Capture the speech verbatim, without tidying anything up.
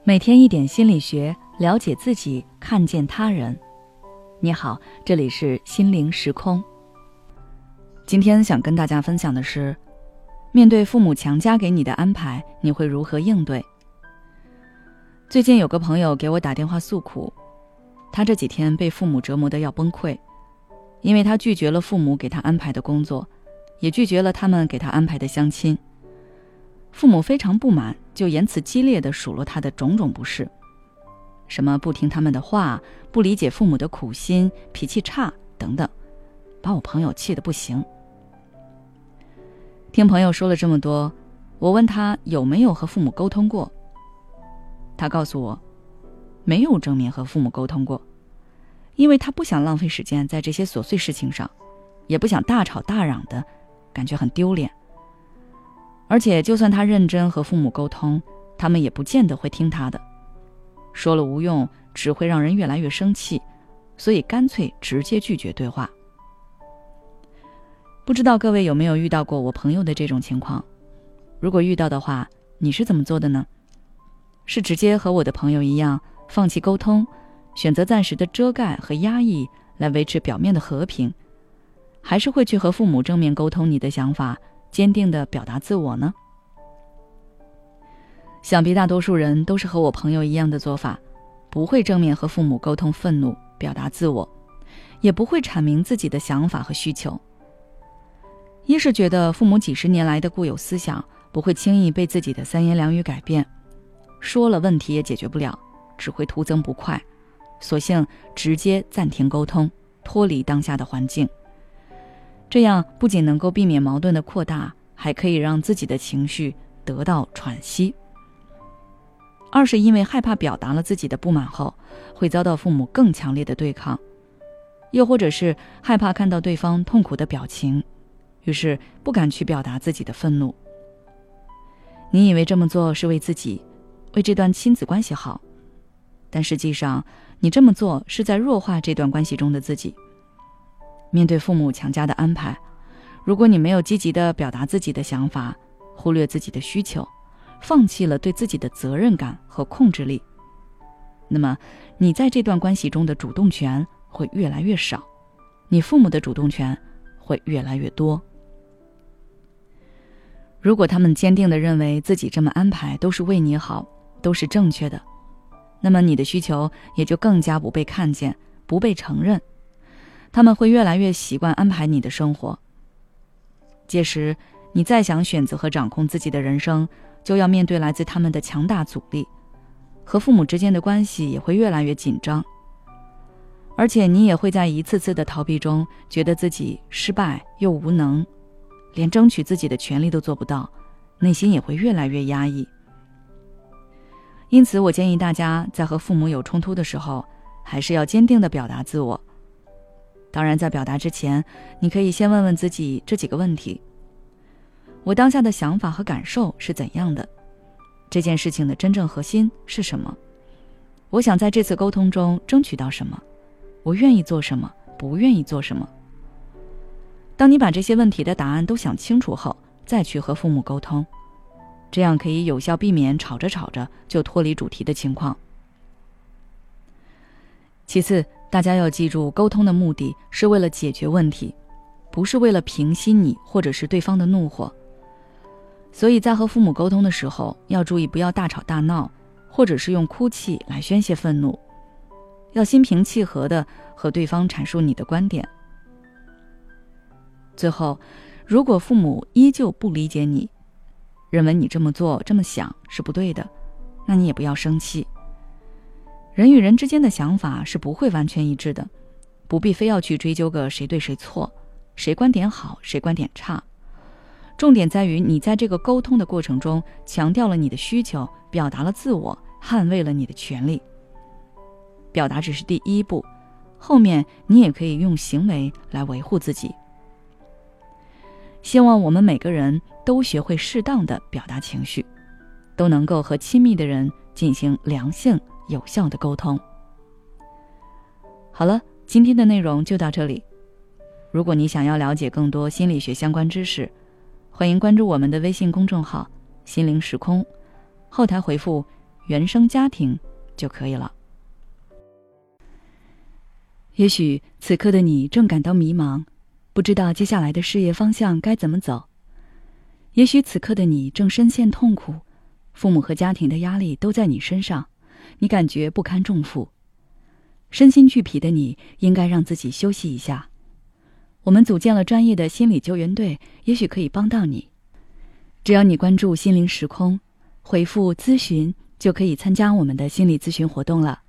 每天一点心理学，了解自己，看见他人。你好，这里是心灵时空。今天想跟大家分享的是，面对父母强加给你的安排，你会如何应对？最近有个朋友给我打电话诉苦，他这几天被父母折磨得要崩溃，因为他拒绝了父母给他安排的工作，也拒绝了他们给他安排的相亲。父母非常不满，就言辞激烈地数落他的种种不是，什么不听他们的话，不理解父母的苦心，脾气差等等，把我朋友气得不行。听朋友说了这么多，我问他有没有和父母沟通过。他告诉我，没有正面和父母沟通过，因为他不想浪费时间在这些琐碎事情上，也不想大吵大嚷的，感觉很丢脸。而且就算他认真和父母沟通，他们也不见得会听他的，说了无用，只会让人越来越生气，所以干脆直接拒绝对话。不知道各位有没有遇到过我朋友的这种情况？如果遇到的话，你是怎么做的呢？是直接和我的朋友一样，放弃沟通，选择暂时的遮盖和压抑来维持表面的和平，还是会去和父母正面沟通你的想法，坚定地表达自我呢？想必大多数人都是和我朋友一样的做法，不会正面和父母沟通愤怒，表达自我，也不会阐明自己的想法和需求。一是觉得父母几十年来的固有思想不会轻易被自己的三言两语改变，说了问题也解决不了，只会徒增不快，索性直接暂停沟通，脱离当下的环境。这样不仅能够避免矛盾的扩大，还可以让自己的情绪得到喘息。二是因为害怕表达了自己的不满后，会遭到父母更强烈的对抗，又或者是害怕看到对方痛苦的表情，于是不敢去表达自己的愤怒。你以为这么做是为自己，为这段亲子关系好，但实际上你这么做是在弱化这段关系中的自己。面对父母强加的安排，如果你没有积极地表达自己的想法，忽略自己的需求，放弃了对自己的责任感和控制力，那么你在这段关系中的主动权会越来越少，你父母的主动权会越来越多。如果他们坚定地认为自己这么安排都是为你好，都是正确的，那么你的需求也就更加不被看见，不被承认，他们会越来越习惯安排你的生活。届时你再想选择和掌控自己的人生，就要面对来自他们的强大阻力，和父母之间的关系也会越来越紧张，而且你也会在一次次的逃避中觉得自己失败又无能，连争取自己的权利都做不到，内心也会越来越压抑。因此我建议大家在和父母有冲突的时候，还是要坚定地表达自我。当然在表达之前，你可以先问问自己这几个问题：我当下的想法和感受是怎样的？这件事情的真正核心是什么？我想在这次沟通中争取到什么？我愿意做什么？不愿意做什么？当你把这些问题的答案都想清楚后，再去和父母沟通，这样可以有效避免吵着吵着就脱离主题的情况。其次，大家要记住，沟通的目的是为了解决问题，不是为了平息你或者是对方的怒火。所以在和父母沟通的时候，要注意不要大吵大闹，或者是用哭泣来宣泄愤怒，要心平气和地和对方阐述你的观点。最后，如果父母依旧不理解你，认为你这么做这么想是不对的，那你也不要生气。人与人之间的想法是不会完全一致的，不必非要去追究个谁对谁错，谁观点好谁观点差。重点在于你在这个沟通的过程中强调了你的需求，表达了自我，捍卫了你的权利。表达只是第一步，后面你也可以用行为来维护自己。希望我们每个人都学会适当的表达情绪，都能够和亲密的人进行良性有效的沟通。好了，今天的内容就到这里。如果你想要了解更多心理学相关知识，欢迎关注我们的微信公众号心灵时空，后台回复原生家庭就可以了。也许此刻的你正感到迷茫，不知道接下来的事业方向该怎么走。也许此刻的你正深陷痛苦，父母和家庭的压力都在你身上，你感觉不堪重负。身心俱疲的你应该让自己休息一下。我们组建了专业的心理救援队，也许可以帮到你。只要你关注心灵时空，回复咨询就可以参加我们的心理咨询活动了。